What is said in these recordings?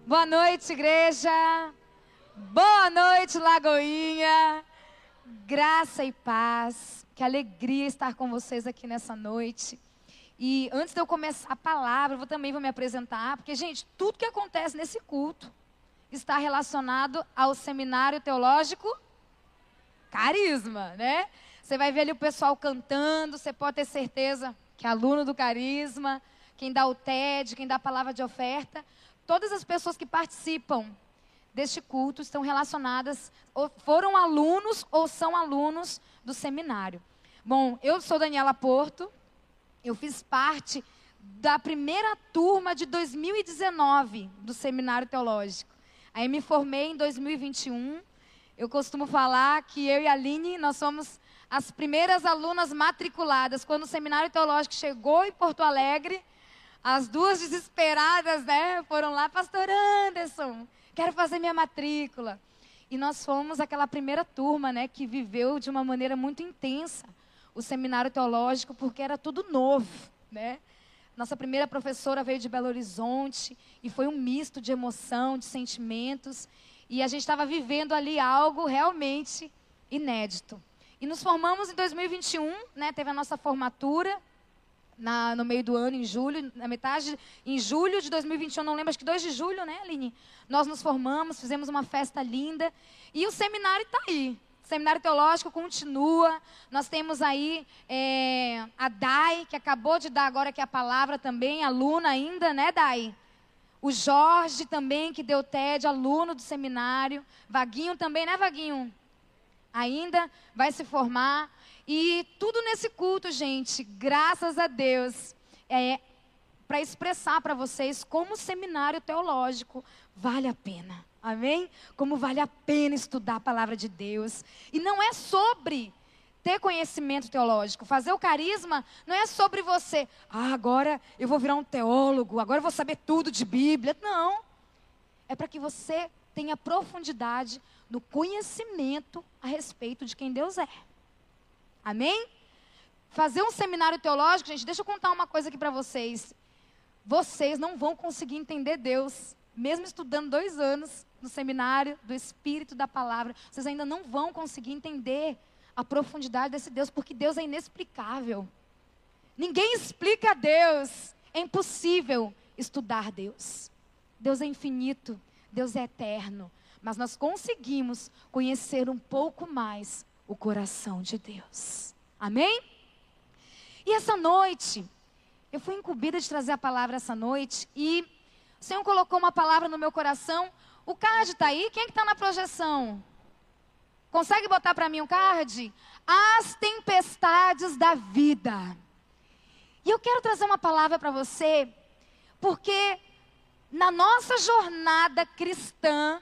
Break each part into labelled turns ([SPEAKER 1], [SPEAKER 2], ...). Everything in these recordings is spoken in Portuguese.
[SPEAKER 1] Boa noite, igreja. Boa noite, Lagoinha. Graça e paz. Que alegria estar com vocês aqui nessa noite. E antes de eu começar a palavra, eu também vou me apresentar, porque, gente, tudo que acontece nesse culto está relacionado ao Seminário Teológico Carisma, né? Você vai ver ali o pessoal cantando, você pode ter certeza que é aluno do Carisma, quem dá o TED, quem dá a palavra de oferta, todas as pessoas que participam deste culto estão relacionadas, ou foram alunos ou são alunos do seminário. Bom, eu sou Daniela Porto, eu fiz parte da primeira turma de 2019 do Seminário Teológico. Aí me formei em 2021. Eu costumo falar que eu e a Aline, nós somos as primeiras alunas matriculadas. Quando o Seminário Teológico chegou em Porto Alegre, as duas desesperadas, né, foram lá, pastor Anderson, quero fazer minha matrícula. E nós fomos aquela primeira turma, né, que viveu de uma maneira muito intensa o Seminário Teológico, porque era tudo novo, né? Nossa primeira professora veio de Belo Horizonte e foi um misto de emoção, de sentimentos. E a gente estava vivendo ali algo realmente inédito. E nos formamos em 2021, né? Teve a nossa formatura no meio do ano, em julho, em julho de 2021, não lembro, acho que 2 de julho, né, Aline? Nós nos formamos, fizemos uma festa linda e o seminário está aí. O Seminário Teológico continua. Nós temos aí a Dai, que acabou de dar agora aqui a palavra também, aluna ainda, né, Dai? O Jorge também, que deu TED, aluno do seminário. Vaguinho também, né, Vaguinho? Ainda vai se formar. E tudo nesse culto, gente, graças a Deus, para expressar para vocês como o seminário teológico vale a pena. Amém? Como vale a pena estudar a palavra de Deus. E não é sobre ter conhecimento teológico. Fazer o carisma não é sobre você. Agora eu vou virar um teólogo, agora eu vou saber tudo de Bíblia. Não. É para que você tenha profundidade no conhecimento a respeito de quem Deus é. Amém? Fazer um seminário teológico, gente, deixa eu contar uma coisa aqui para vocês. Vocês não vão conseguir entender Deus, mesmo estudando 2 anos no seminário do Espírito da Palavra. Vocês ainda não vão conseguir entender a profundidade desse Deus, porque Deus é inexplicável. Ninguém explica Deus. É impossível estudar Deus. Deus é infinito, Deus é eterno. Mas nós conseguimos conhecer um pouco mais o coração de Deus. Amém? E essa noite, eu fui incumbida de trazer a palavra essa noite e o Senhor colocou uma palavra no meu coração. O card está aí? Quem é que está na projeção? Consegue botar para mim um card? As tempestades da vida. E eu quero trazer uma palavra para você, porque na nossa jornada cristã,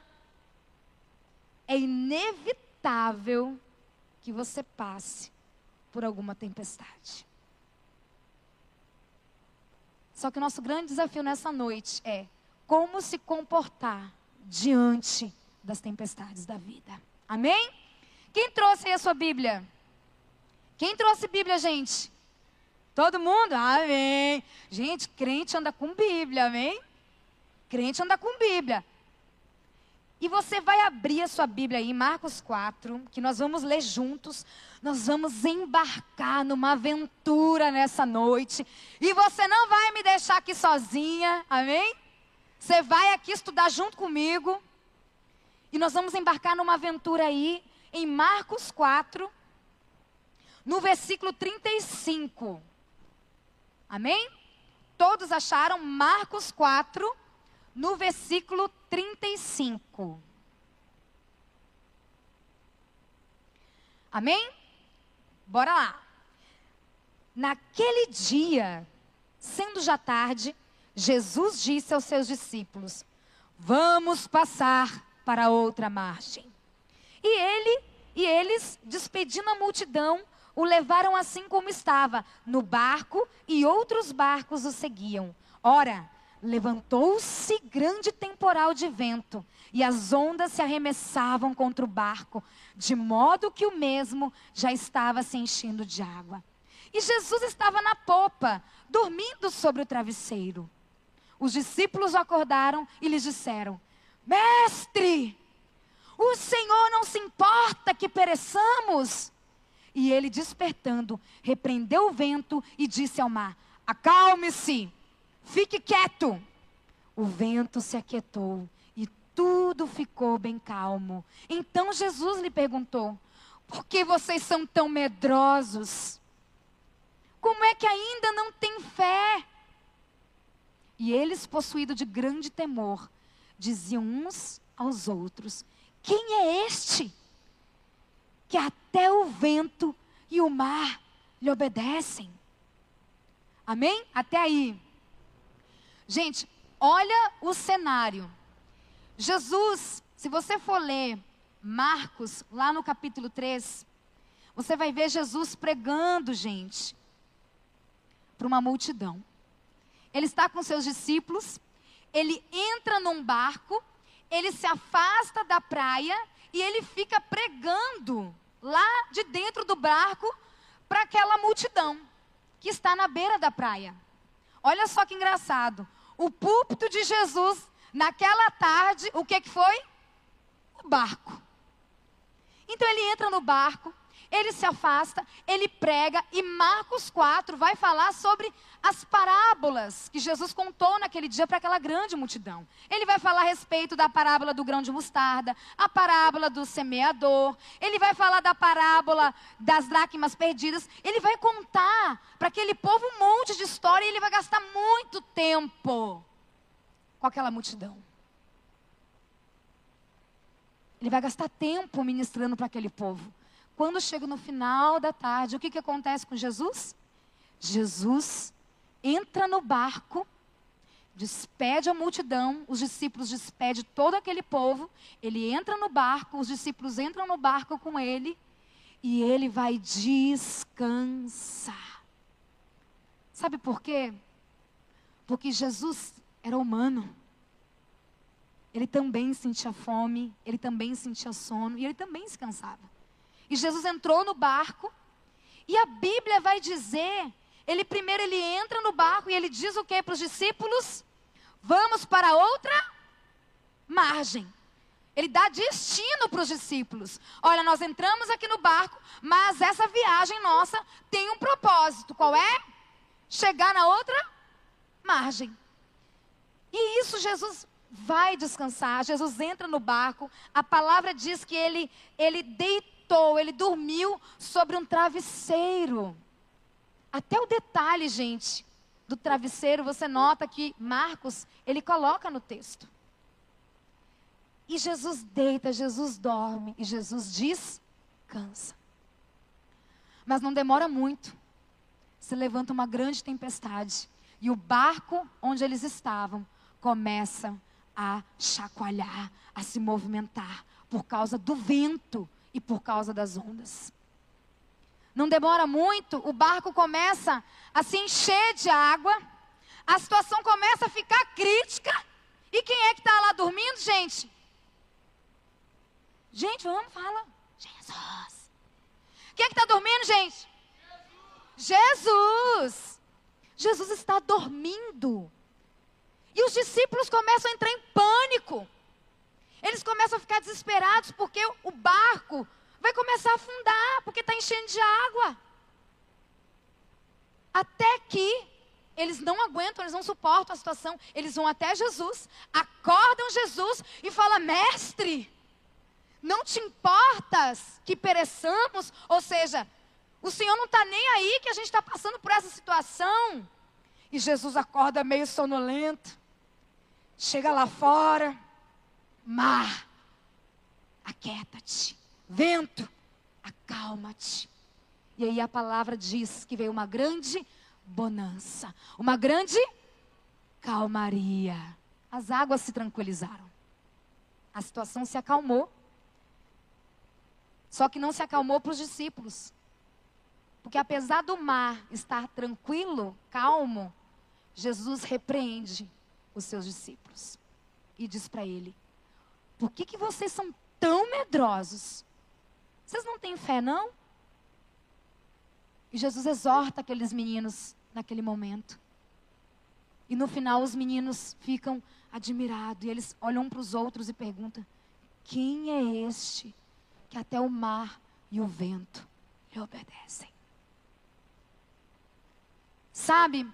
[SPEAKER 1] é inevitável que você passe por alguma tempestade. Só que o nosso grande desafio nessa noite é como se comportar diante das tempestades da vida. Amém? Quem trouxe aí a sua Bíblia? Quem trouxe Bíblia, gente? Todo mundo? Amém. Gente, crente anda com Bíblia, amém? Crente anda com Bíblia. E você vai abrir a sua Bíblia aí, Marcos 4, que nós vamos ler juntos. Nós vamos embarcar numa aventura nessa noite. E você não vai me deixar aqui sozinha, amém? Você vai aqui estudar junto comigo. E nós vamos embarcar numa aventura aí, em Marcos 4, no versículo 35. Amém? Todos acharam Marcos 4, no versículo 35. Amém? Bora lá. Naquele dia, sendo já tarde, Jesus disse aos seus discípulos: vamos passar para outra margem. E eles, despedindo a multidão, o levaram assim como estava, no barco, e outros barcos o seguiam. Ora, levantou-se grande temporal de vento, e as ondas se arremessavam contra o barco, de modo que o mesmo já estava se enchendo de água. E Jesus estava na popa, dormindo sobre o travesseiro. Os discípulos o acordaram e lhes disseram: Mestre, o Senhor não se importa que pereçamos? E ele, despertando, repreendeu o vento e disse ao mar: Acalme-se, fique quieto. O vento se aquietou e tudo ficou bem calmo. Então Jesus lhe perguntou: Por que vocês são tão medrosos? Como é que ainda não têm fé? E eles, possuídos de grande temor, diziam uns aos outros: Quem é este que até o vento e o mar lhe obedecem? Amém? Até aí. Gente, olha o cenário. Jesus, se você for ler Marcos, lá no capítulo 3, você vai ver Jesus pregando, gente, para uma multidão. Ele está com seus discípulos, ele entra num barco, ele se afasta da praia e ele fica pregando lá de dentro do barco para aquela multidão que está na beira da praia. Olha só que engraçado. O púlpito de Jesus, naquela tarde, o que foi? O barco. Então ele entra no barco, ele se afasta, ele prega, e Marcos 4 vai falar sobre as parábolas que Jesus contou naquele dia para aquela grande multidão. Ele vai falar a respeito da parábola do grão de mostarda, a parábola do semeador, ele vai falar da parábola das dracmas perdidas, ele vai contar para aquele povo um monte de história, e ele vai gastar muito tempo com aquela multidão. Ele vai gastar tempo ministrando para aquele povo. Quando chega no final da tarde, o que acontece com Jesus? Jesus entra no barco, despede a multidão, os discípulos despedem todo aquele povo, ele entra no barco, os discípulos entram no barco com ele, e ele vai descansar. Sabe por quê? Porque Jesus era humano. Ele também sentia fome, ele também sentia sono, e ele também se cansava. E Jesus entrou no barco, e a Bíblia vai dizer, primeiro ele entra no barco e ele diz o que para os discípulos? Vamos para outra margem. Ele dá destino para os discípulos. Olha, nós entramos aqui no barco, mas essa viagem nossa tem um propósito. Qual é? Chegar na outra margem. E isso Jesus vai descansar. Jesus entra no barco. A palavra diz que ele deitou, ele dormiu sobre um travesseiro. Até o detalhe, gente, do travesseiro, você nota que Marcos, ele coloca no texto. E Jesus deita, Jesus dorme e Jesus descansa. Mas não demora muito. Se levanta uma grande tempestade e o barco onde eles estavam começa a chacoalhar, a se movimentar por causa do vento e por causa das ondas. Não demora muito, o barco começa a se encher de água, a situação começa a ficar crítica. E quem é que está lá dormindo, gente? Gente, vamos, fala. Jesus. Quem é que está dormindo, gente? Jesus. Jesus está dormindo. E os discípulos começam a entrar em pânico. Eles começam a ficar desesperados porque o barco vai começar a afundar, porque está enchendo de água. Até que eles não aguentam, eles não suportam a situação. Eles vão até Jesus, acordam Jesus e falam: Mestre, não te importas que pereçamos? Ou seja, o Senhor não está nem aí que a gente está passando por essa situação. E Jesus acorda meio sonolento. Chega lá fora. Mar, aquieta-te. Vento, acalma-te. E aí a palavra diz que veio uma grande bonança, uma grande calmaria. As águas se tranquilizaram. A situação se acalmou. Só que não se acalmou para os discípulos. Porque apesar do mar estar tranquilo, calmo, Jesus repreende os seus discípulos. E diz para ele: por que vocês são tão medrosos? Vocês não têm fé, não? E Jesus exorta aqueles meninos naquele momento. E no final os meninos ficam admirados. E eles olham um para os outros e perguntam: quem é este que até o mar e o vento lhe obedecem? Sabe,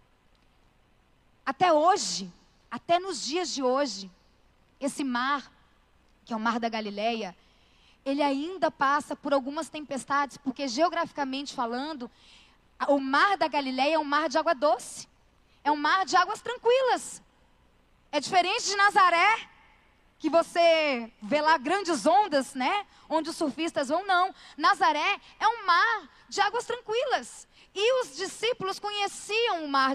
[SPEAKER 1] até hoje, até nos dias de hoje, esse mar, que é o mar da Galileia, ele ainda passa por algumas tempestades, porque geograficamente falando, o mar da Galileia é um mar de água doce. É um mar de águas tranquilas. É diferente de Nazaré, que você vê lá grandes ondas, né? Onde os surfistas vão, não. Nazaré é um mar de águas tranquilas. E os discípulos conheciam o mar,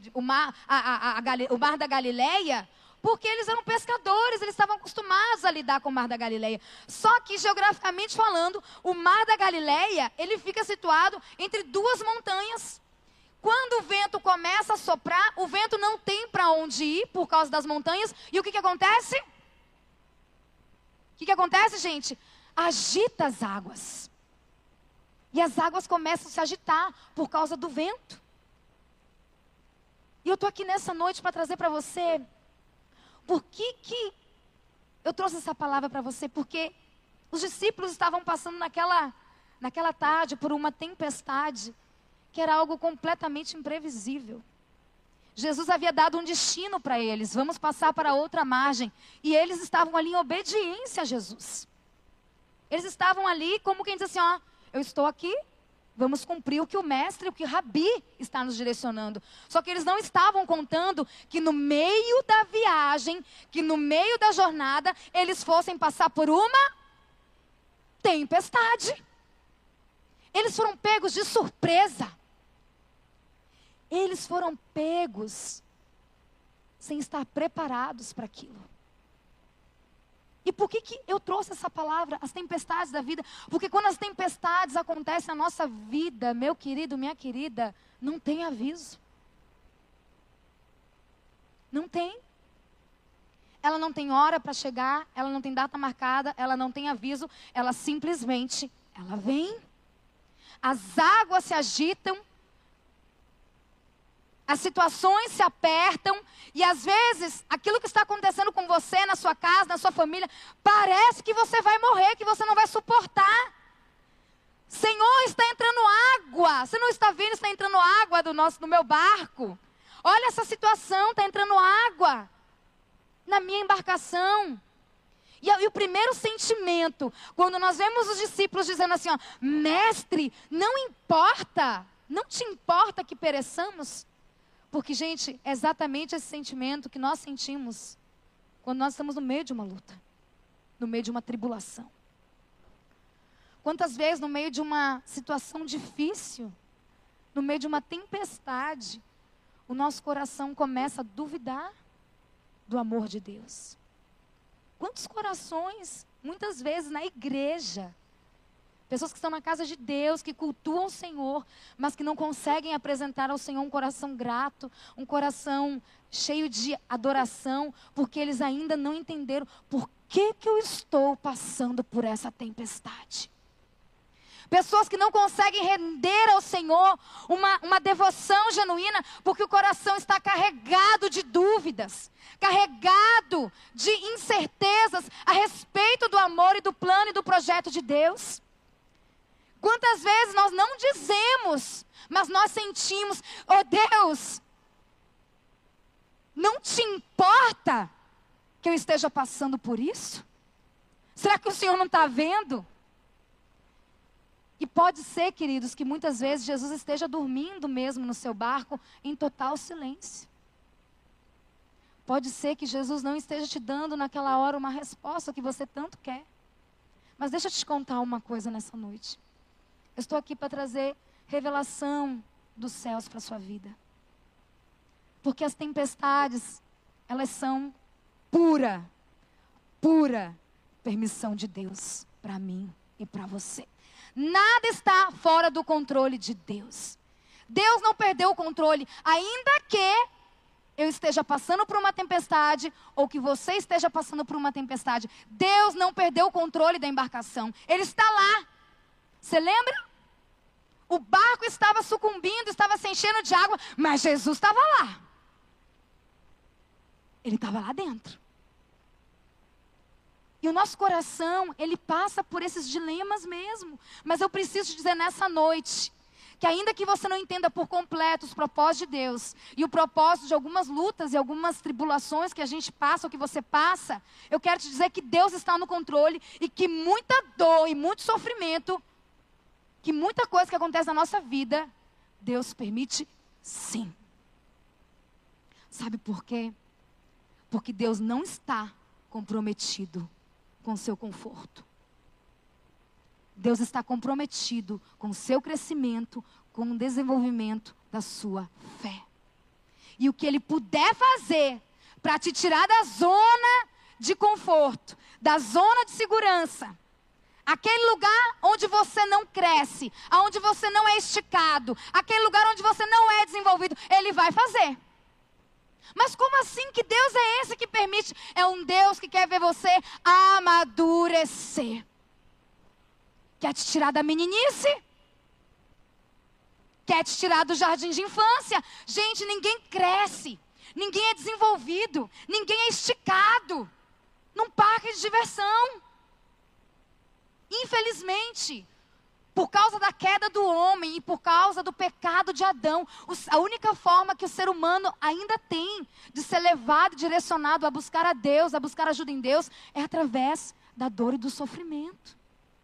[SPEAKER 1] o mar da Galileia, porque eles eram pescadores, eles estavam acostumados a lidar com o mar da Galileia. Só que, geograficamente falando, o mar da Galileia, ele fica situado entre duas montanhas. Quando o vento começa a soprar, o vento não tem para onde ir por causa das montanhas. E o que acontece? O que acontece, gente? Agita as águas. E as águas começam a se agitar por causa do vento. E eu estou aqui nessa noite para trazer para você. Por que eu trouxe essa palavra para você? Porque os discípulos estavam passando naquela tarde por uma tempestade que era algo completamente imprevisível. Jesus havia dado um destino para eles: vamos passar para outra margem. E eles estavam ali em obediência a Jesus. Eles estavam ali como quem diz assim: ó, eu estou aqui, vamos cumprir o que o mestre, o que o Rabi está nos direcionando. Só que eles não estavam contando que no meio da viagem, que no meio da jornada, eles fossem passar por uma tempestade. Eles foram pegos de surpresa. Eles foram pegos sem estar preparados para aquilo. E por que eu trouxe essa palavra, as tempestades da vida? Porque quando as tempestades acontecem na nossa vida, meu querido, minha querida, não tem aviso. Não tem. Ela não tem hora para chegar, ela não tem data marcada, ela não tem aviso, ela simplesmente, ela vem. As águas se agitam, as situações se apertam, e às vezes, aquilo que está acontecendo com você, na sua casa, na sua família, parece que você vai morrer, que você não vai suportar. Senhor, está entrando água. Você não está vendo, está entrando água do meu barco. Olha essa situação, está entrando água na minha embarcação. E o primeiro sentimento, quando nós vemos os discípulos dizendo assim, ó, mestre, não importa, não te importa que pereçamos? Porque, gente, é exatamente esse sentimento que nós sentimos quando nós estamos no meio de uma luta, no meio de uma tribulação. Quantas vezes no meio de uma situação difícil, no meio de uma tempestade, o nosso coração começa a duvidar do amor de Deus. Quantos corações, muitas vezes na igreja, pessoas que estão na casa de Deus, que cultuam o Senhor, mas que não conseguem apresentar ao Senhor um coração grato, um coração cheio de adoração, porque eles ainda não entenderam por que eu estou passando por essa tempestade. Pessoas que não conseguem render ao Senhor uma devoção genuína, porque o coração está carregado de dúvidas, carregado de incertezas a respeito do amor e do plano e do projeto de Deus. Quantas vezes nós não dizemos, mas nós sentimos, oh Deus, não te importa que eu esteja passando por isso? Será que o Senhor não está vendo? E pode ser, queridos, que muitas vezes Jesus esteja dormindo mesmo no seu barco em total silêncio. Pode ser que Jesus não esteja te dando naquela hora uma resposta que você tanto quer. Mas deixa eu te contar uma coisa nessa noite. Eu estou aqui para trazer revelação dos céus para a sua vida. Porque as tempestades, elas são pura permissão de Deus para mim e para você. Nada está fora do controle de Deus. Deus não perdeu o controle, ainda que eu esteja passando por uma tempestade, ou que você esteja passando por uma tempestade. Deus não perdeu o controle da embarcação. Ele está lá. Você lembra? O barco estava sucumbindo, estava se enchendo de água, mas Jesus estava lá. Ele estava lá dentro. E o nosso coração, ele passa por esses dilemas mesmo. Mas eu preciso te dizer nessa noite, que ainda que você não entenda por completo os propósitos de Deus, e o propósito de algumas lutas e algumas tribulações que a gente passa, ou que você passa, eu quero te dizer que Deus está no controle, e que muita dor e muito sofrimento, que muita coisa que acontece na nossa vida, Deus permite sim. Sabe por quê? Porque Deus não está comprometido com o seu conforto. Deus está comprometido com o seu crescimento, com o desenvolvimento da sua fé. E o que Ele puder fazer para te tirar da zona de conforto, da zona de segurança, aquele lugar onde você não cresce, onde você não é esticado, aquele lugar onde você não é desenvolvido, Ele vai fazer. Mas como assim? Que Deus é esse que permite? É um Deus que quer ver você amadurecer. Quer te tirar da meninice? Quer te tirar do jardim de infância? Gente, ninguém cresce, ninguém é desenvolvido, ninguém é esticado num parque de diversão. Infelizmente, por causa da queda do homem e por causa do pecado de Adão, a única forma que o ser humano ainda tem de ser levado, direcionado a buscar a Deus, a buscar ajuda em Deus, é através da dor e do sofrimento.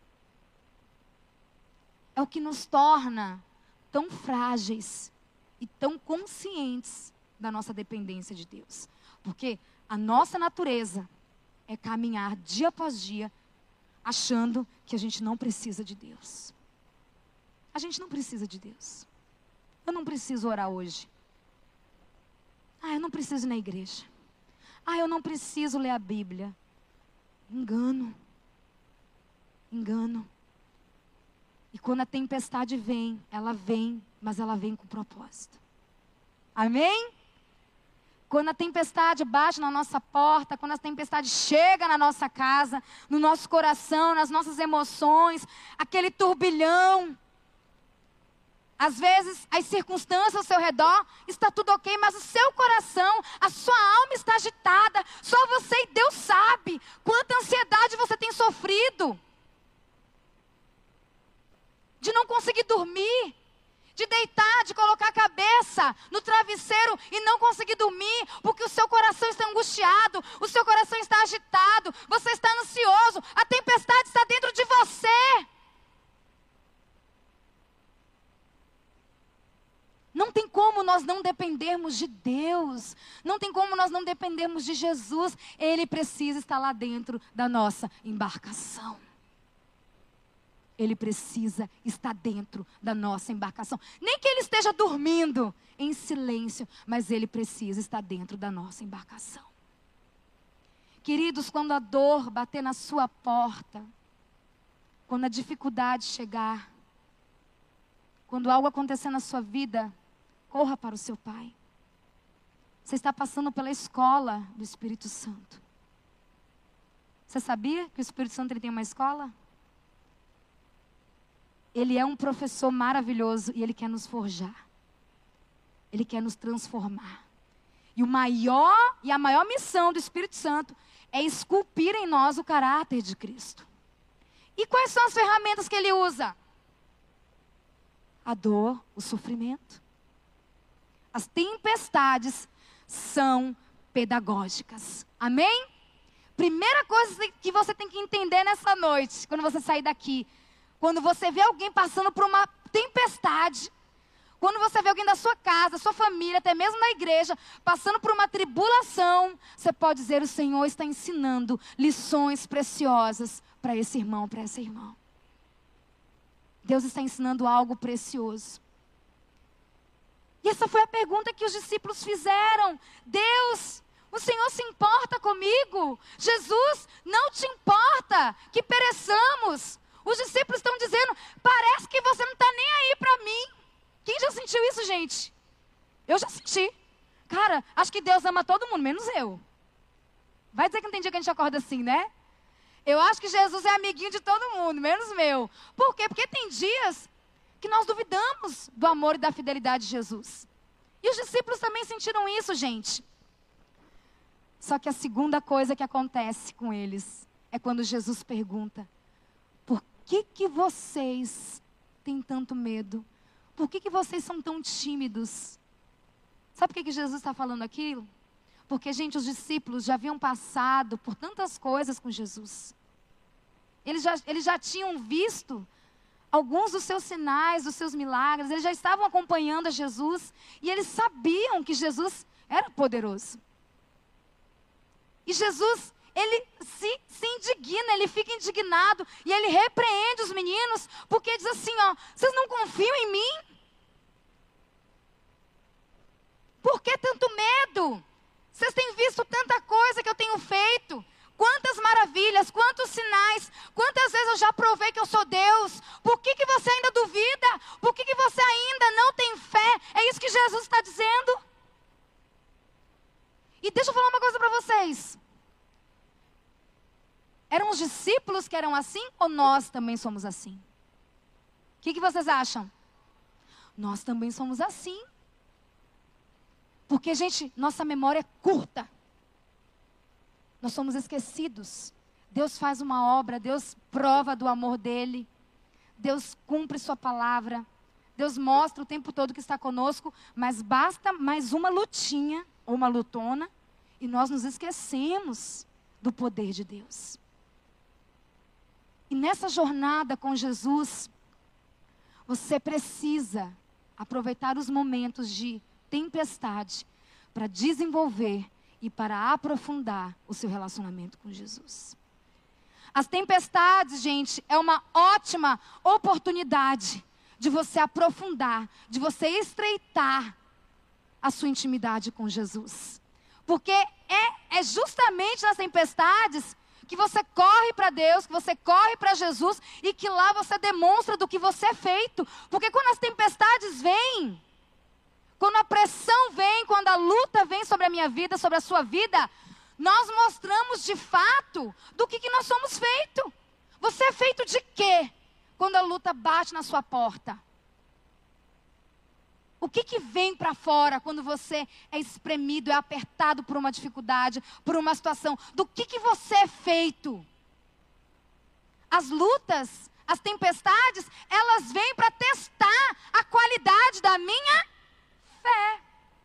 [SPEAKER 1] É o que nos torna tão frágeis e tão conscientes da nossa dependência de Deus. Porque a nossa natureza é caminhar dia após dia achando que a gente não precisa de Deus. A gente não precisa de Deus. Eu não preciso orar hoje. Eu não preciso ir na igreja. Eu não preciso ler a Bíblia. Engano. Engano. E quando a tempestade vem, mas ela vem com propósito. Amém? Quando a tempestade bate na nossa porta, quando a tempestade chega na nossa casa, no nosso coração, nas nossas emoções, aquele turbilhão. Às vezes, as circunstâncias ao seu redor, está tudo ok, mas o seu coração, a sua alma está agitada. Só você e Deus sabe quanta ansiedade você tem sofrido. De não conseguir dormir, de deitar, de colocar a cabeça no travesseiro e não conseguir dormir, porque o seu coração está angustiado, o seu coração está agitado, você está ansioso, a tempestade está dentro de você. Não tem como nós não dependermos de Deus, não tem como nós não dependermos de Jesus, Ele precisa estar lá dentro da nossa embarcação. Ele precisa estar dentro da nossa embarcação. Nem que Ele esteja dormindo em silêncio, mas Ele precisa estar dentro da nossa embarcação. Queridos, quando a dor bater na sua porta, quando a dificuldade chegar, quando algo acontecer na sua vida, corra para o seu Pai. Você está passando pela escola do Espírito Santo. Você sabia que o Espírito Santo ele tem uma escola? Ele é um professor maravilhoso e Ele quer nos forjar. Ele quer nos transformar. E a maior missão do Espírito Santo é esculpir em nós o caráter de Cristo. E quais são as ferramentas que Ele usa? A dor, o sofrimento. As tempestades são pedagógicas. Amém? Primeira coisa que você tem que entender nessa noite, quando você sair daqui, quando você vê alguém passando por uma tempestade, quando você vê alguém da sua casa, sua família, até mesmo na igreja, passando por uma tribulação, você pode dizer: o Senhor está ensinando lições preciosas para esse irmão, para essa irmã. Deus está ensinando algo precioso. E essa foi a pergunta que os discípulos fizeram. Deus, o Senhor se importa comigo? Jesus, não te importa que pereçamos? Os discípulos estão dizendo: parece que você não está nem aí para mim. Quem já sentiu isso, gente? Eu já senti. Cara, acho que Deus ama todo mundo, menos eu. Vai dizer que não tem dia que a gente acorda assim, né? Eu acho que Jesus é amiguinho de todo mundo, menos meu. Por quê? Porque tem dias que nós duvidamos do amor e da fidelidade de Jesus. E os discípulos também sentiram isso, gente. Só que a segunda coisa que acontece com eles é quando Jesus pergunta: por que vocês têm tanto medo? Por que vocês são tão tímidos? Sabe por que Jesus está falando aquilo? Porque, gente, os discípulos já haviam passado por tantas coisas com Jesus. Eles já tinham visto alguns dos seus sinais, dos seus milagres. Eles já estavam acompanhando a Jesus. E eles sabiam que Jesus era poderoso. E Jesus, ele se indigna, ele fica indignado. E ele repreende os meninos, porque diz assim, ó, vocês não confiam em mim? Por que tanto medo? Vocês têm visto tanta coisa que eu tenho feito. Quantas maravilhas, quantos sinais, quantas vezes eu já provei que eu sou Deus. Por que você ainda duvida? Por que você ainda não tem fé? É isso que Jesus está dizendo. E deixa eu falar uma coisa para vocês. Eram os discípulos que eram assim ou nós também somos assim? O que vocês acham? Nós também somos assim. Porque, gente, nossa memória é curta. Nós somos esquecidos. Deus faz uma obra, Deus prova do amor dele. Deus cumpre sua palavra. Deus mostra o tempo todo que está conosco. Mas basta mais uma lutinha, ou uma lutona, e nós nos esquecemos do poder de Deus. E nessa jornada com Jesus, você precisa aproveitar os momentos de tempestade para desenvolver e para aprofundar o seu relacionamento com Jesus. As tempestades, gente, é uma ótima oportunidade de você aprofundar, de você estreitar a sua intimidade com Jesus. Porque é justamente nas tempestades que você corre para Deus, que você corre para Jesus e que lá você demonstra do que você é feito. Porque quando as tempestades vêm, quando a pressão vem, quando a luta vem sobre a minha vida, sobre a sua vida, nós mostramos de fato do que nós somos feitos. Você é feito de quê quando a luta bate na sua porta? O que vem para fora quando você é espremido, é apertado por uma dificuldade, por uma situação? Do que você é feito? As lutas, as tempestades, elas vêm para testar a qualidade da minha fé.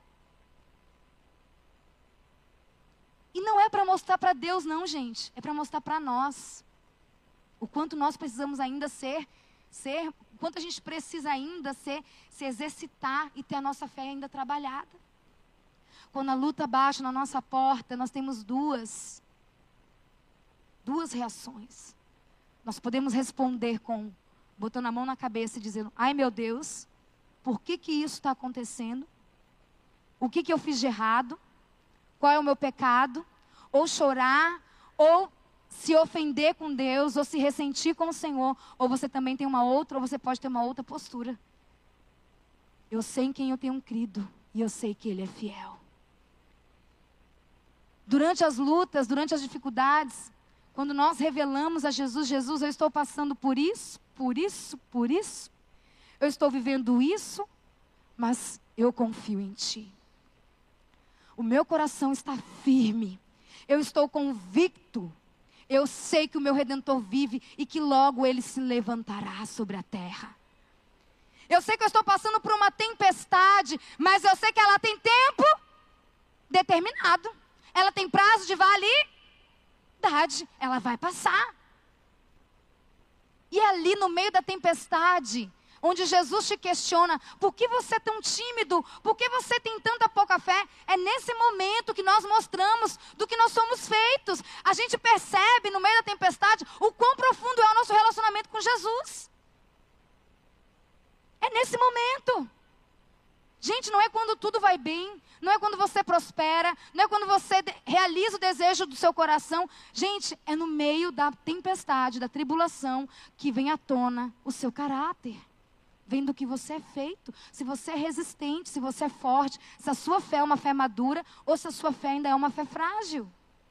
[SPEAKER 1] E não é para mostrar para Deus não, gente. É para mostrar para nós. O quanto nós precisamos ainda o quanto a gente precisa ainda se exercitar e ter a nossa fé ainda trabalhada. Quando a luta bate na nossa porta, nós temos duas reações. Nós podemos responder botando a mão na cabeça e dizendo: ai meu Deus, por que isso está acontecendo? O que eu fiz de errado? Qual é o meu pecado? Ou chorar, ou se ofender com Deus, ou se ressentir com o Senhor. Ou você também tem ou você pode ter uma outra postura. Eu sei em quem eu tenho crido, e eu sei que Ele é fiel. Durante as lutas, durante as dificuldades, quando nós revelamos a Jesus: Jesus, eu estou passando por isso, por isso, por isso. Eu estou vivendo isso, mas eu confio em Ti. O meu coração está firme. Eu estou convicto. Eu sei que o meu Redentor vive e que logo Ele se levantará sobre a terra. Eu sei que eu estou passando por uma tempestade, mas eu sei que ela tem tempo determinado. Ela tem prazo de validade. Ela vai passar. E ali no meio da tempestade, onde Jesus te questiona: por que você é tão tímido? Por que você tem tanta pouca fé? É nesse momento que nós mostramos do que nós somos feitos. A gente percebe no meio da tempestade o quão profundo é o nosso relacionamento com Jesus. É nesse momento. Gente, não é quando tudo vai bem, não é quando você prospera, não é quando você realiza o desejo do seu coração. Gente, é no meio da tempestade, da tribulação, que vem à tona o seu caráter. Vem do que você é feito, se você é resistente, se você é forte, se a sua fé é uma fé madura ou se a sua fé ainda é uma fé frágil.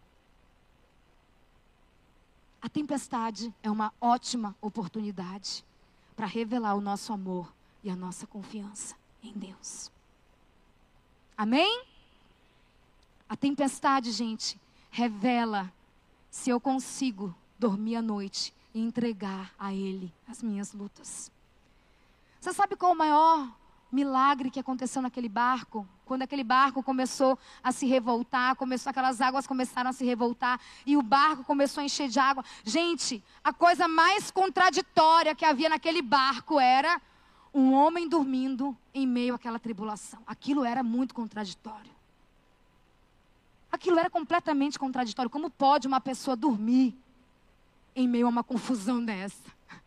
[SPEAKER 1] A tempestade é uma ótima oportunidade para revelar o nosso amor e a nossa confiança em Deus. Amém? A tempestade, gente, revela se eu consigo dormir à noite e entregar a Ele as minhas lutas. Você sabe qual é o maior milagre que aconteceu naquele barco? Quando aquele barco começou a se revoltar, aquelas águas começaram a se revoltar e o barco começou a encher de água. Gente, a coisa mais contraditória que havia naquele barco era um homem dormindo em meio àquela tribulação. Aquilo era muito contraditório. Aquilo era completamente contraditório. Como pode uma pessoa dormir em meio a uma confusão dessa?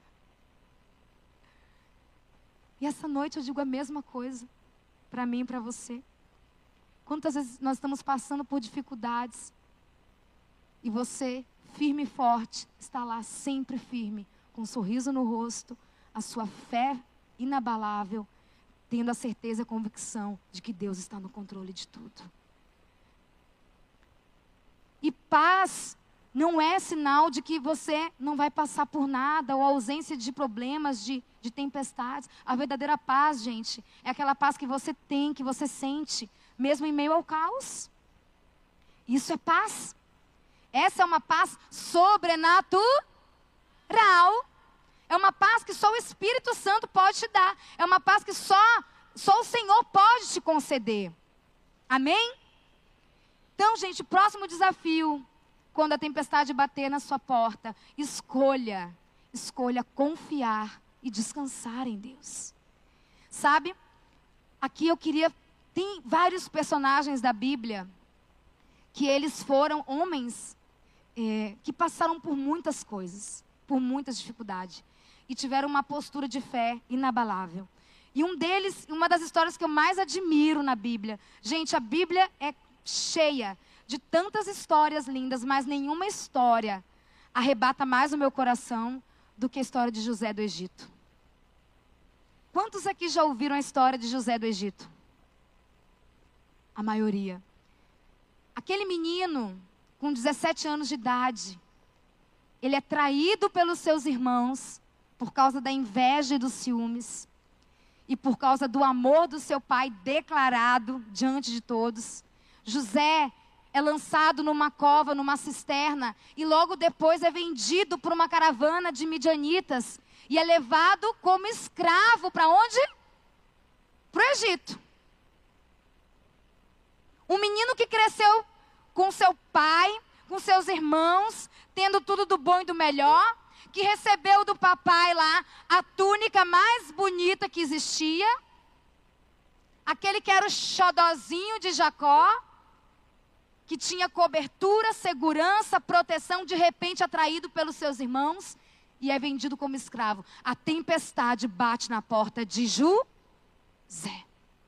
[SPEAKER 1] E essa noite eu digo a mesma coisa para mim e para você. Quantas vezes nós estamos passando por dificuldades e você, firme e forte, está lá sempre firme, com um sorriso no rosto, a sua fé inabalável, tendo a certeza e a convicção de que Deus está no controle de tudo. E paz não é sinal de que você não vai passar por nada, ou ausência de problemas, de tempestades. A verdadeira paz, gente, é aquela paz que você tem, que você sente, mesmo em meio ao caos. Isso é paz. Essa é uma paz sobrenatural. É uma paz que só o Espírito Santo pode te dar. É uma paz que só o Senhor pode te conceder. Amém? Então, gente, o próximo desafio, quando a tempestade bater na sua porta, escolha confiar e descansar em Deus. Sabe? Aqui tem vários personagens da Bíblia que eles foram homens que passaram por muitas coisas, por muitas dificuldades e tiveram uma postura de fé inabalável. E um deles, uma das histórias que eu mais admiro na Bíblia, gente, a Bíblia é cheia de tantas histórias lindas, mas nenhuma história arrebata mais o meu coração do que a história de José do Egito. Quantos aqui já ouviram a história de José do Egito? A maioria. Aquele menino, com 17 anos de idade, ele é traído pelos seus irmãos por causa da inveja e dos ciúmes e por causa do amor do seu pai declarado diante de todos. José é lançado numa cova, numa cisterna, e logo depois é vendido por uma caravana de midianitas e é levado como escravo para onde? Para o Egito. Um menino que cresceu com seu pai, com seus irmãos, tendo tudo do bom e do melhor, que recebeu do papai lá a túnica mais bonita que existia, aquele que era o xodozinho de Jacó, que tinha cobertura, segurança, proteção, de repente atraído pelos seus irmãos e é vendido como escravo. A tempestade bate na porta de José.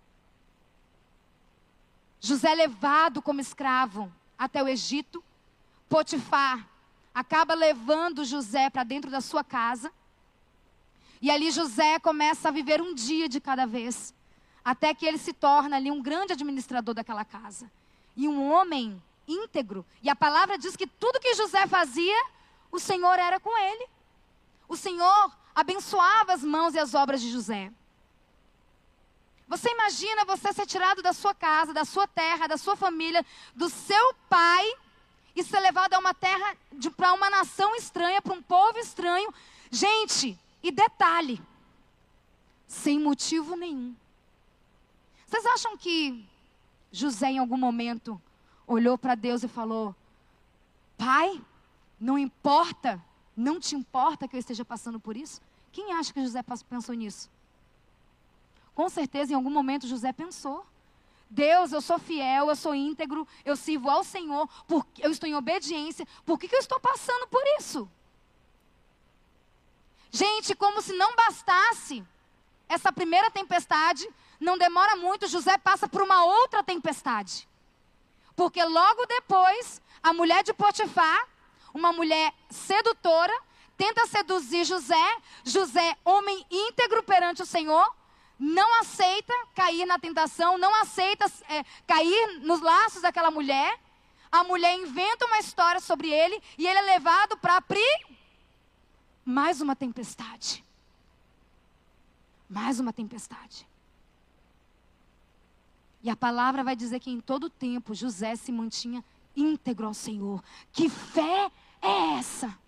[SPEAKER 1] José é levado como escravo até o Egito. Potifar acaba levando José para dentro da sua casa. E ali José começa a viver um dia de cada vez, até que ele se torna ali um grande administrador daquela casa. E um homem íntegro. E a palavra diz que tudo que José fazia, o Senhor era com ele. O Senhor abençoava as mãos e as obras de José. Você imagina você ser tirado da sua casa, da sua terra, da sua família, do seu pai, e ser levado a uma terra, para uma nação estranha, para um povo estranho. Gente, e detalhe, sem motivo nenhum. Vocês acham que José em algum momento olhou para Deus e falou: Pai, não importa, não te importa que eu esteja passando por isso? Quem acha que José pensou nisso? Com certeza em algum momento José pensou: Deus, eu sou fiel, eu sou íntegro, eu sirvo ao Senhor, eu estou em obediência, por que eu estou passando por isso? Gente, como se não bastasse essa primeira tempestade, não demora muito, José passa por uma outra tempestade. Porque logo depois, a mulher de Potifar, uma mulher sedutora, tenta seduzir José. José, homem íntegro perante o Senhor, não aceita cair na tentação, não aceita cair nos laços daquela mulher. A mulher inventa uma história sobre ele e ele é levado para mais uma tempestade. Mais uma tempestade. E a palavra vai dizer que em todo tempo José se mantinha íntegro ao Senhor. Que fé é essa?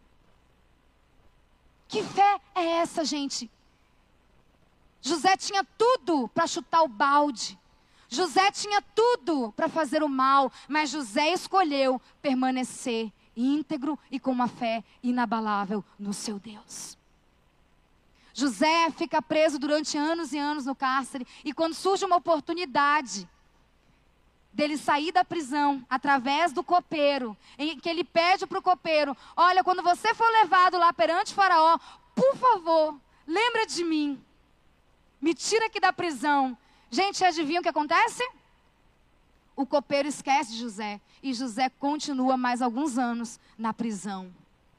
[SPEAKER 1] Que fé é essa, gente? José tinha tudo para chutar o balde. José tinha tudo para fazer o mal, mas José escolheu permanecer íntegro e com uma fé inabalável no seu Deus. José fica preso durante anos e anos no cárcere, e quando surge uma oportunidade dele sair da prisão através do copeiro, em que ele pede para o copeiro: olha, quando você for levado lá perante Faraó, por favor, lembra de mim, me tira aqui da prisão. Gente, adivinha o que acontece? O copeiro esquece de José, e José continua mais alguns anos na prisão.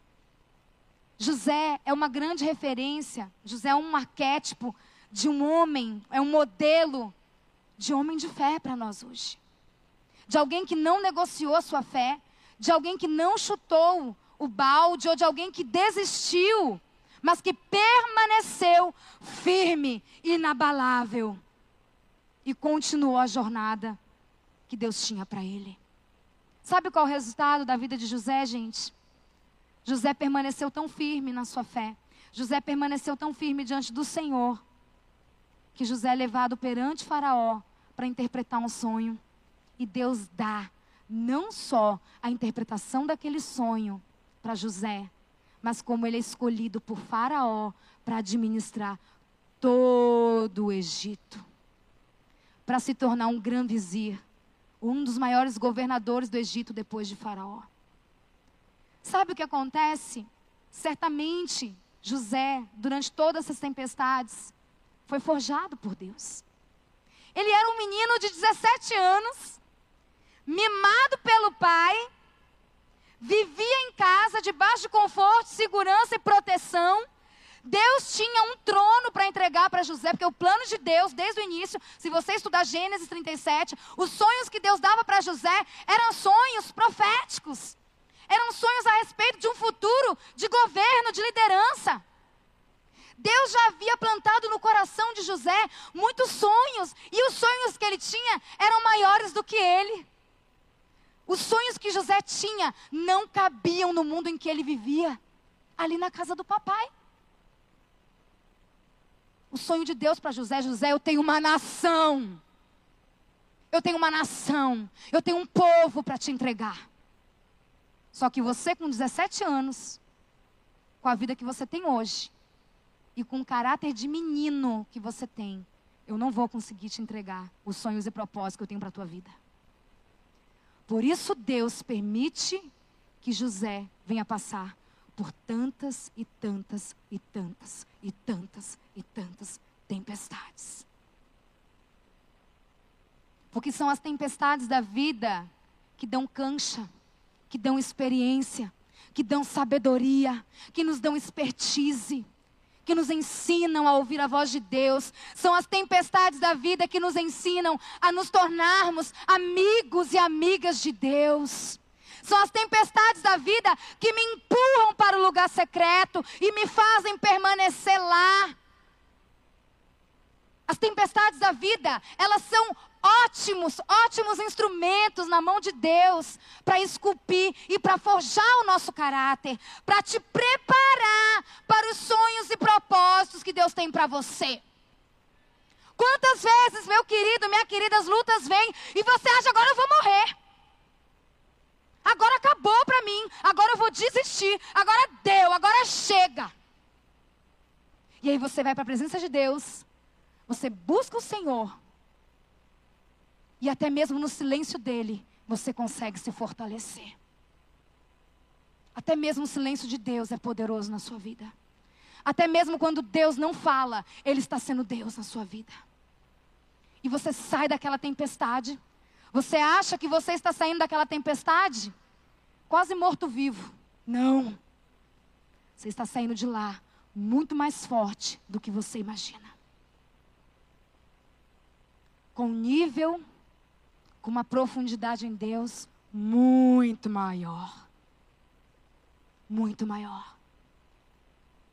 [SPEAKER 1] José é uma grande referência, José é um arquétipo de um homem, é um modelo de homem de fé para nós hoje. De alguém que não negociou a sua fé, de alguém que não chutou o balde, ou de alguém que desistiu, mas que permaneceu firme, inabalável, e continuou a jornada que Deus tinha para ele. Sabe qual é o resultado da vida de José, gente? José permaneceu tão firme na sua fé, José permaneceu tão firme diante do Senhor, que José é levado perante Faraó para interpretar um sonho. E Deus dá não só a interpretação daquele sonho para José, mas como ele é escolhido por Faraó para administrar todo o Egito, para se tornar um grão-vizir, um dos maiores governadores do Egito depois de Faraó. Sabe o que acontece? Certamente, José, durante todas essas tempestades, foi forjado por Deus. Ele era um menino de 17 anos, mimado pelo pai, vivia em casa, debaixo de conforto, segurança e proteção. Deus tinha um trono para entregar para José, porque o plano de Deus, desde o início, se você estudar Gênesis 37, os sonhos que Deus dava para José eram sonhos proféticos. Eram sonhos a respeito de um futuro de governo, de liderança. Deus já havia plantado no coração de José muitos sonhos, e os sonhos que ele tinha eram maiores do que ele. Os sonhos que José tinha não cabiam no mundo em que ele vivia, ali na casa do papai. O sonho de Deus para José: José, eu tenho uma nação. Eu tenho uma nação. Eu tenho um povo para te entregar. Só que você, com 17 anos, com a vida que você tem hoje, e com o caráter de menino que você tem, eu não vou conseguir te entregar os sonhos e propósitos que eu tenho para a tua vida. Por isso Deus permite que José venha passar por tantas e tantas e tantas e tantas e tantas tempestades. Porque são as tempestades da vida que dão cancha, que dão experiência, que dão sabedoria, que nos dão expertise, que nos ensinam a ouvir a voz de Deus. São as tempestades da vida que nos ensinam a nos tornarmos amigos e amigas de Deus. São as tempestades da vida que me empurram para o lugar secreto e me fazem permanecer lá. As tempestades da vida, elas são ótimos instrumentos na mão de Deus para esculpir e para forjar o nosso caráter, para te preparar para os sonhos e propósitos que Deus tem para você. Quantas vezes, meu querido, minha querida, as lutas vêm e você acha: agora eu vou morrer. Agora acabou para mim, agora eu vou desistir, agora deu, agora chega. E aí você vai para a presença de Deus, você busca o Senhor, e até mesmo no silêncio dele, você consegue se fortalecer. Até mesmo o silêncio de Deus é poderoso na sua vida. Até mesmo quando Deus não fala, Ele está sendo Deus na sua vida. E você sai daquela tempestade. Você acha que você está saindo daquela tempestade quase morto-vivo. Não. Você está saindo de lá muito mais forte do que você imagina. Com um nível, com uma profundidade em Deus muito maior. Muito maior.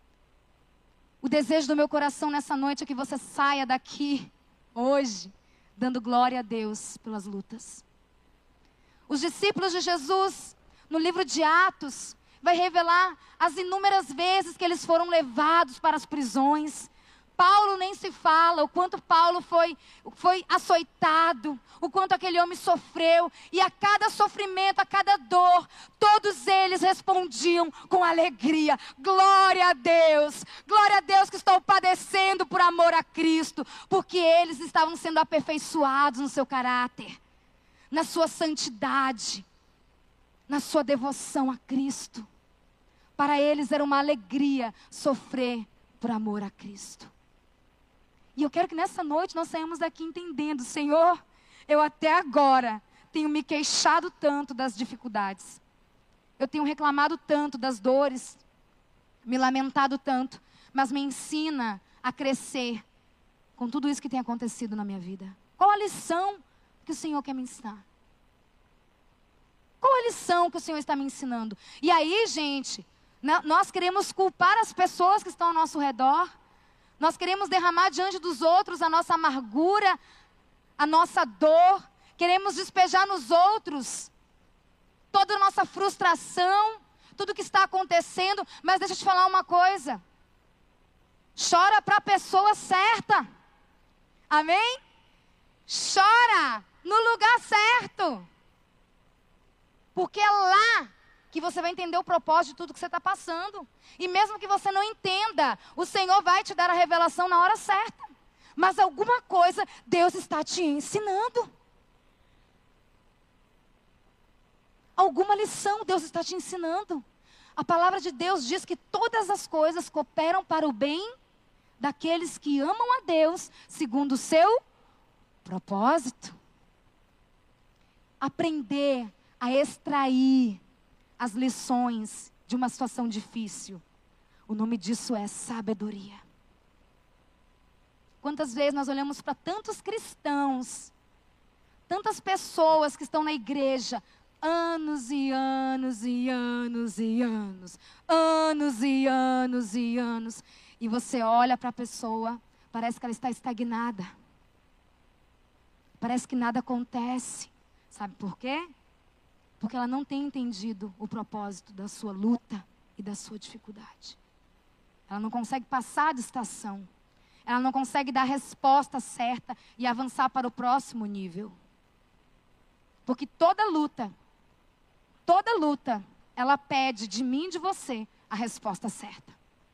[SPEAKER 1] O desejo do meu coração nessa noite é que você saia daqui, hoje, dando glória a Deus pelas lutas. Os discípulos de Jesus, no livro de Atos, vai revelar as inúmeras vezes que eles foram levados para as prisões. Paulo nem se fala, o quanto Paulo foi açoitado, o quanto aquele homem sofreu. E a cada sofrimento, a cada dor, todos eles respondiam com alegria. Glória a Deus que estou padecendo por amor a Cristo. Porque eles estavam sendo aperfeiçoados no seu caráter, na sua santidade, na sua devoção a Cristo. Para eles era uma alegria sofrer por amor a Cristo. E eu quero que nessa noite nós saímos daqui entendendo, Senhor, eu até agora tenho me queixado tanto das dificuldades. Eu tenho reclamado tanto das dores, me lamentado tanto, mas me ensina a crescer com tudo isso que tem acontecido na minha vida. Qual a lição que o Senhor quer me ensinar? Qual a lição que o Senhor está me ensinando? E aí, gente, nós queremos culpar as pessoas que estão ao nosso redor. Nós queremos derramar diante dos outros a nossa amargura, a nossa dor. Queremos despejar nos outros toda a nossa frustração, tudo que está acontecendo. Mas deixa eu te falar uma coisa. Chora para a pessoa certa. Amém? Chora no lugar certo. Porque é lá que você vai entender o propósito de tudo que você está passando. E mesmo que você não entenda, o Senhor vai te dar a revelação na hora certa. Mas alguma coisa Deus está te ensinando. Alguma lição Deus está te ensinando. A palavra de Deus diz que todas as coisas cooperam para o bem daqueles que amam a Deus, segundo o seu propósito. Aprender a extrair as lições de uma situação difícil. O nome disso é sabedoria. Quantas vezes nós olhamos para tantos cristãos, tantas pessoas que estão na igreja, anos e anos e anos e anos, anos e anos e anos, e você olha para a pessoa, parece que ela está estagnada. Parece que nada acontece. Sabe por quê? Porque ela não tem entendido o propósito da sua luta e da sua dificuldade. Ela não consegue passar de estação. Ela não consegue dar a resposta certa e avançar para o próximo nível. Porque toda luta, ela pede de mim e de você a resposta certa.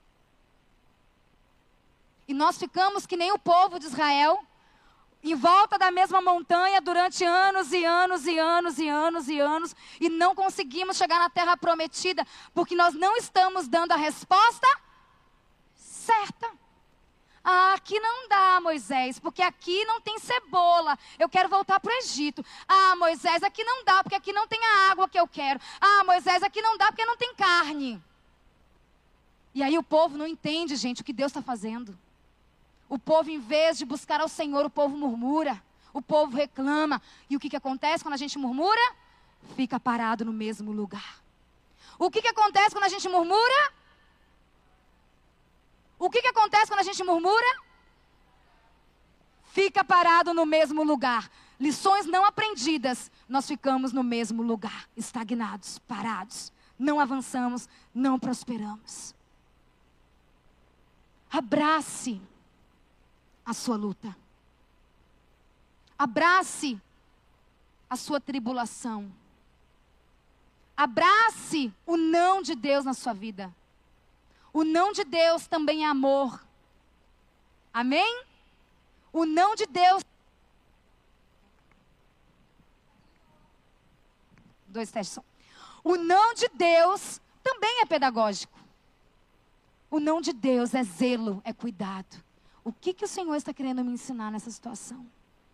[SPEAKER 1] E nós ficamos que nem o povo de Israel, em volta da mesma montanha durante anos e anos e anos e anos e anos, e não conseguimos chegar na terra prometida, porque nós não estamos dando a resposta certa. Ah, aqui não dá, Moisés, porque aqui não tem cebola, eu quero voltar para o Egito. Ah, Moisés, aqui não dá, porque aqui não tem a água que eu quero. Ah, Moisés, aqui não dá, porque não tem carne. E aí o povo não entende, gente, o que Deus está fazendo. O povo, em vez de buscar ao Senhor, o povo murmura, o povo reclama. E o que acontece quando a gente murmura? Fica parado no mesmo lugar. O que acontece quando a gente murmura? O que acontece quando a gente murmura? Fica parado no mesmo lugar. Lições não aprendidas, nós ficamos no mesmo lugar, estagnados, parados. Não avançamos, não prosperamos. Abrace a sua luta. Abrace a sua tribulação. Abrace o não de Deus na sua vida. O não de Deus também é amor. Amém? O não de Deus. 2 testes. O não de Deus também é pedagógico. O não de Deus é zelo, é cuidado. O que o Senhor está querendo me ensinar nessa situação?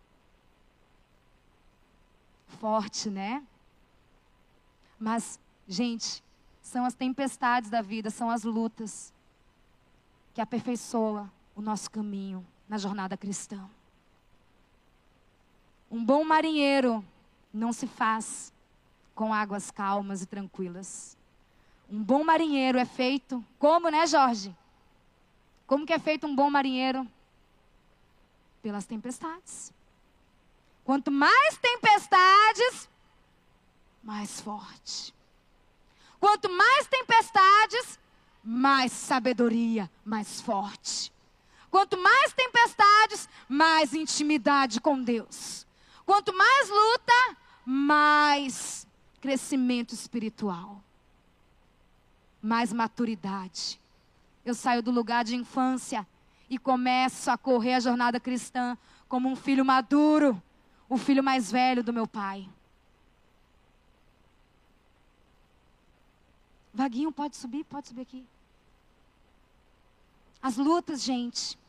[SPEAKER 1] Forte, né? Mas, gente, são as tempestades da vida, são as lutas que aperfeiçoam o nosso caminho na jornada cristã. Um bom marinheiro não se faz com águas calmas e tranquilas. Um bom marinheiro é feito como, né, Jorge? Como que é feito um bom marinheiro? Pelas tempestades. Quanto mais tempestades, mais forte. Quanto mais tempestades, mais sabedoria, mais forte. Quanto mais tempestades, mais intimidade com Deus. Quanto mais luta, mais crescimento espiritual. Mais maturidade. Eu saio do lugar de infância e começo a correr a jornada cristã como um filho maduro, o filho mais velho do meu pai. Vaguinho, pode subir aqui. As lutas, gente.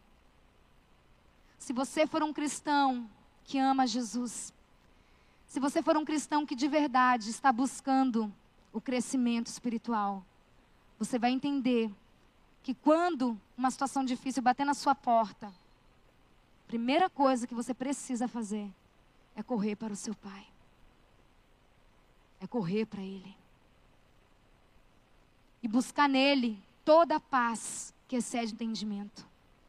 [SPEAKER 1] Se você for um cristão que ama Jesus, se você for um cristão que de verdade está buscando o crescimento espiritual, você vai entender que quando uma situação difícil bater na sua porta, a primeira coisa que você precisa fazer é correr para o seu Pai. É correr para Ele. E buscar nele toda a paz que excede o entendimento.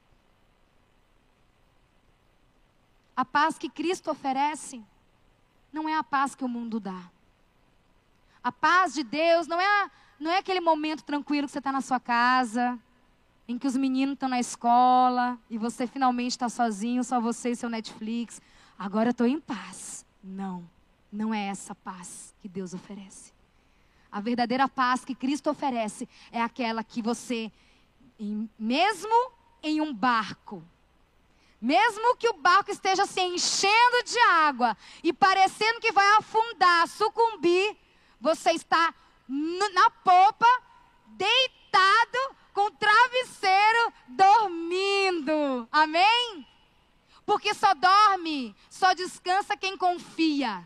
[SPEAKER 1] A paz que Cristo oferece não é a paz que o mundo dá. A paz de Deus não é aquele momento tranquilo que você está na sua casa, em que os meninos estão na escola e você finalmente está sozinho, só você e seu Netflix. Agora eu estou em paz. Não, não é essa paz que Deus oferece. A verdadeira paz que Cristo oferece é aquela que você, mesmo em um barco, mesmo que o barco esteja se enchendo de água e parecendo que vai afundar, sucumbir, você está na popa, deitado, com o travesseiro, dormindo. Amém? Porque só dorme, só descansa quem confia.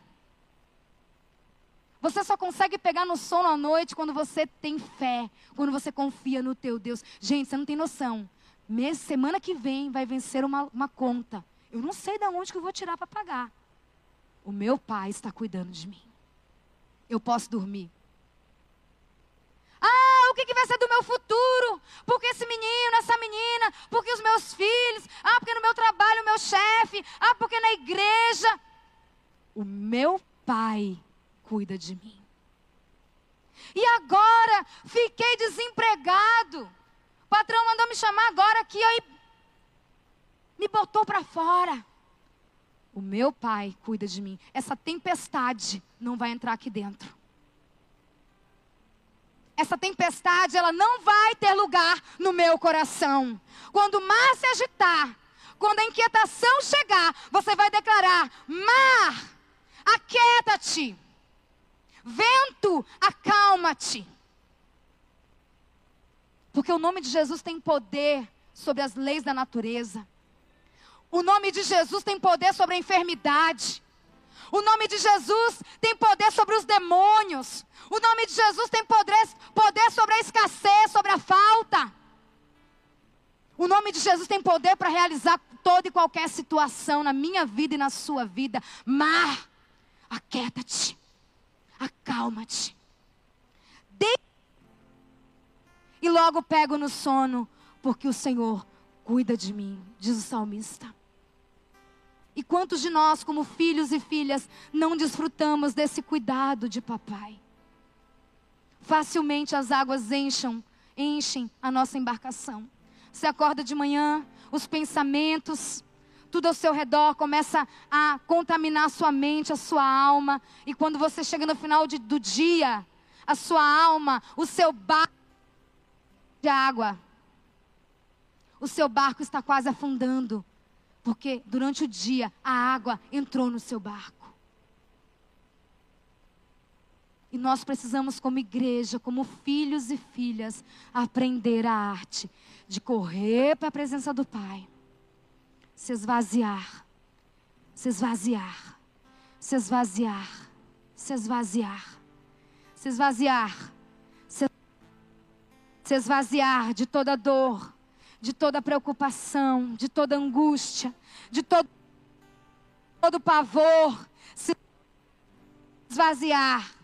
[SPEAKER 1] Você só consegue pegar no sono à noite quando você tem fé, quando você confia no teu Deus. Gente, você não tem noção. Semana que vem vai vencer uma conta. Eu não sei de onde que eu vou tirar para pagar. O meu Pai está cuidando de mim. Eu posso dormir. Ah, o que vai ser do meu futuro? Porque esse menino, essa menina, porque os meus filhos, porque no meu trabalho o meu chefe, porque na igreja. O meu Pai cuida de mim. E agora, fiquei desempregado. O patrão mandou me chamar agora aqui, e me botou para fora. O meu Pai cuida de mim. Essa tempestade não vai entrar aqui dentro. Essa tempestade, ela não vai ter lugar no meu coração. Quando o mar se agitar, quando a inquietação chegar, você vai declarar: mar, aquieta-te. Vento, acalma-te. Porque o nome de Jesus tem poder sobre as leis da natureza. O nome de Jesus tem poder sobre a enfermidade. O nome de Jesus tem poder sobre os demônios. O nome de Jesus tem poder sobre a escassez, sobre a falta. O nome de Jesus tem poder para realizar toda e qualquer situação na minha vida e na sua vida. Mar, aquieta-te. Acalma-te. E logo pego no sono, porque o Senhor cuida de mim, diz o salmista. E quantos de nós, como filhos e filhas, não desfrutamos desse cuidado de papai? Facilmente as águas enchem a nossa embarcação. Você acorda de manhã, os pensamentos, tudo ao seu redor começa a contaminar a sua mente, a sua alma. E quando você chega no final do dia, a sua alma, o seu barco de água, o seu barco está quase afundando. Porque durante o dia a água entrou no seu barco. E nós precisamos, como igreja, como filhos e filhas, aprender a arte de correr para a presença do Pai. Se esvaziar, se esvaziar, se esvaziar, se esvaziar, se esvaziar, se esvaziar de toda dor, de toda preocupação, de toda angústia, de todo pavor, se esvaziar.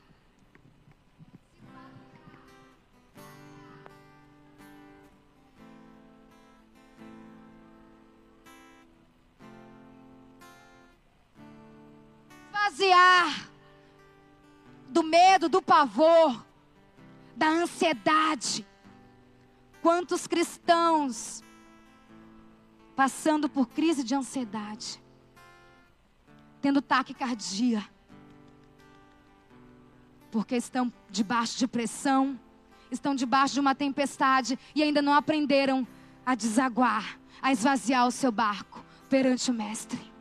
[SPEAKER 1] esvaziar do medo, do pavor, da ansiedade. Quantos cristãos passando por crise de ansiedade, tendo taquicardia, porque estão debaixo de pressão, estão debaixo de uma tempestade e ainda não aprenderam a desaguar, a esvaziar o seu barco perante o Mestre.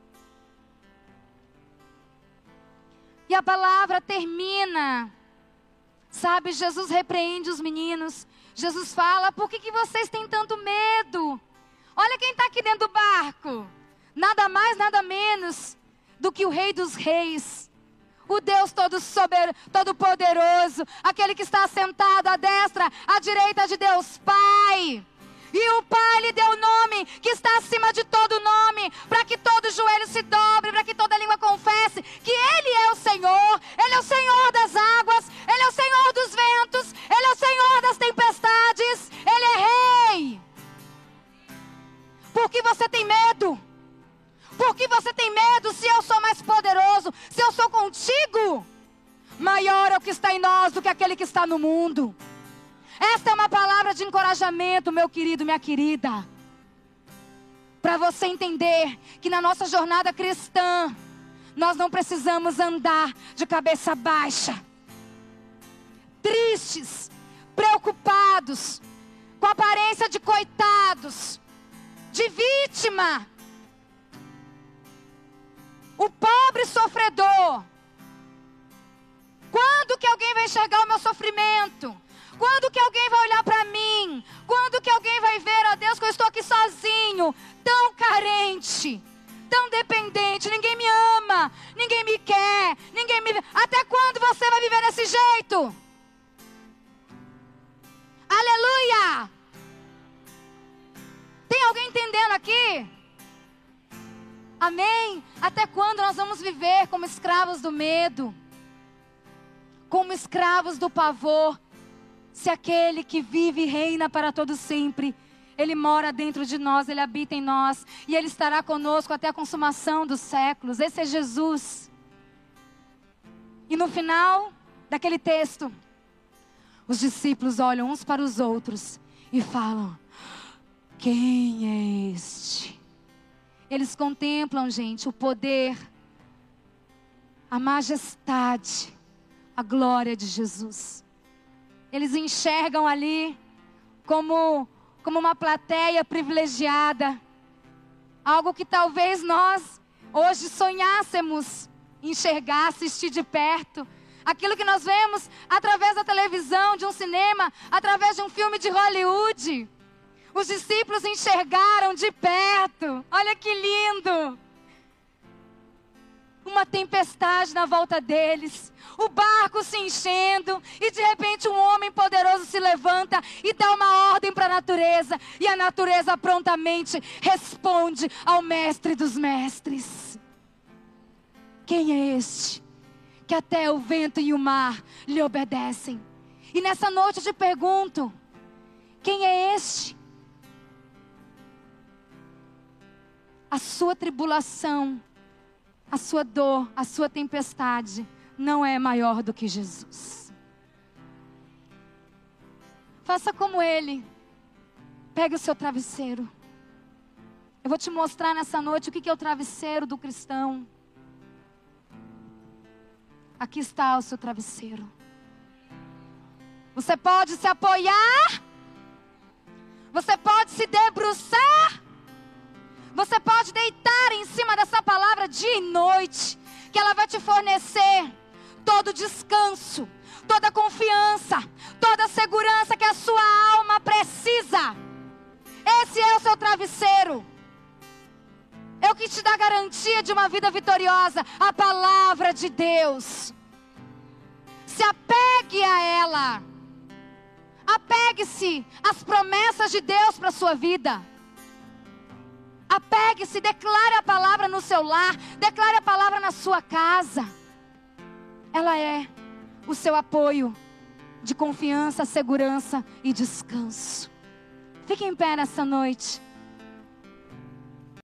[SPEAKER 1] E a palavra termina, sabe, Jesus repreende os meninos. Jesus fala: por que vocês têm tanto medo? Olha quem está aqui dentro do barco. Nada mais, nada menos do que o Rei dos Reis, o Deus Todo-Poderoso, aquele que está sentado à destra, à direita de Deus Pai. E o Pai lhe deu o nome que está acima de todo nome, para que todo joelho se dobre, para que toda língua confesse que Ele é o Senhor. Ele é o Senhor das águas, Ele é o Senhor dos ventos, Ele é o Senhor das tempestades, Ele é Rei. Por que você tem medo? Por que você tem medo se eu sou mais poderoso? Se eu sou contigo? Maior é o que está em nós do que aquele que está no mundo. Esta é uma palavra de encorajamento, meu querido, minha querida. Para você entender que na nossa jornada cristã, nós não precisamos andar de cabeça baixa, tristes, preocupados, com aparência de coitados, de vítima. O pobre sofredor. Quando que alguém vai enxergar o meu sofrimento? Quando que alguém vai olhar para mim? Quando que alguém vai ver, ó Deus, que eu estou aqui sozinho, tão carente, tão dependente, ninguém me ama, ninguém me quer, ninguém me... Até quando você vai viver desse jeito? Aleluia! Tem alguém entendendo aqui? Amém? Até quando nós vamos viver como escravos do medo? Como escravos do pavor? Se aquele que vive e reina para todo sempre, Ele mora dentro de nós, Ele habita em nós, e Ele estará conosco até a consumação dos séculos. Esse é Jesus. E no final daquele texto, os discípulos olham uns para os outros e falam: quem é este? Eles contemplam, gente, o poder, a majestade, a glória de Jesus. Eles enxergam ali como uma plateia privilegiada. Algo que talvez nós hoje sonhássemos enxergar, assistir de perto. Aquilo que nós vemos através da televisão, de um cinema, através de um filme de Hollywood. Os discípulos enxergaram de perto. Olha que lindo! Uma tempestade na volta deles, o barco se enchendo, e de repente um homem poderoso se levanta e dá uma ordem para a natureza, e a natureza prontamente responde ao Mestre dos Mestres. Quem é este? Que até o vento e o mar lhe obedecem. E nessa noite eu te pergunto: quem é este? A sua tribulação, a sua dor, a sua tempestade não é maior do que Jesus. Faça como Ele. Pegue o seu travesseiro. Eu vou te mostrar nessa noite o que é o travesseiro do cristão. Aqui está o seu travesseiro. Você pode se apoiar. Você pode se debruçar. Você pode deitar em cima dessa palavra dia e noite, que ela vai te fornecer todo descanso, toda confiança, toda segurança que a sua alma precisa. Esse é o seu travesseiro. É o que te dá garantia de uma vida vitoriosa, a palavra de Deus. Se apegue a ela. Apegue-se às promessas de Deus para a sua vida. Apegue-se, declare a palavra no seu lar, declare a palavra na sua casa. Ela é o seu apoio de confiança, segurança e descanso. Fique em pé nessa noite.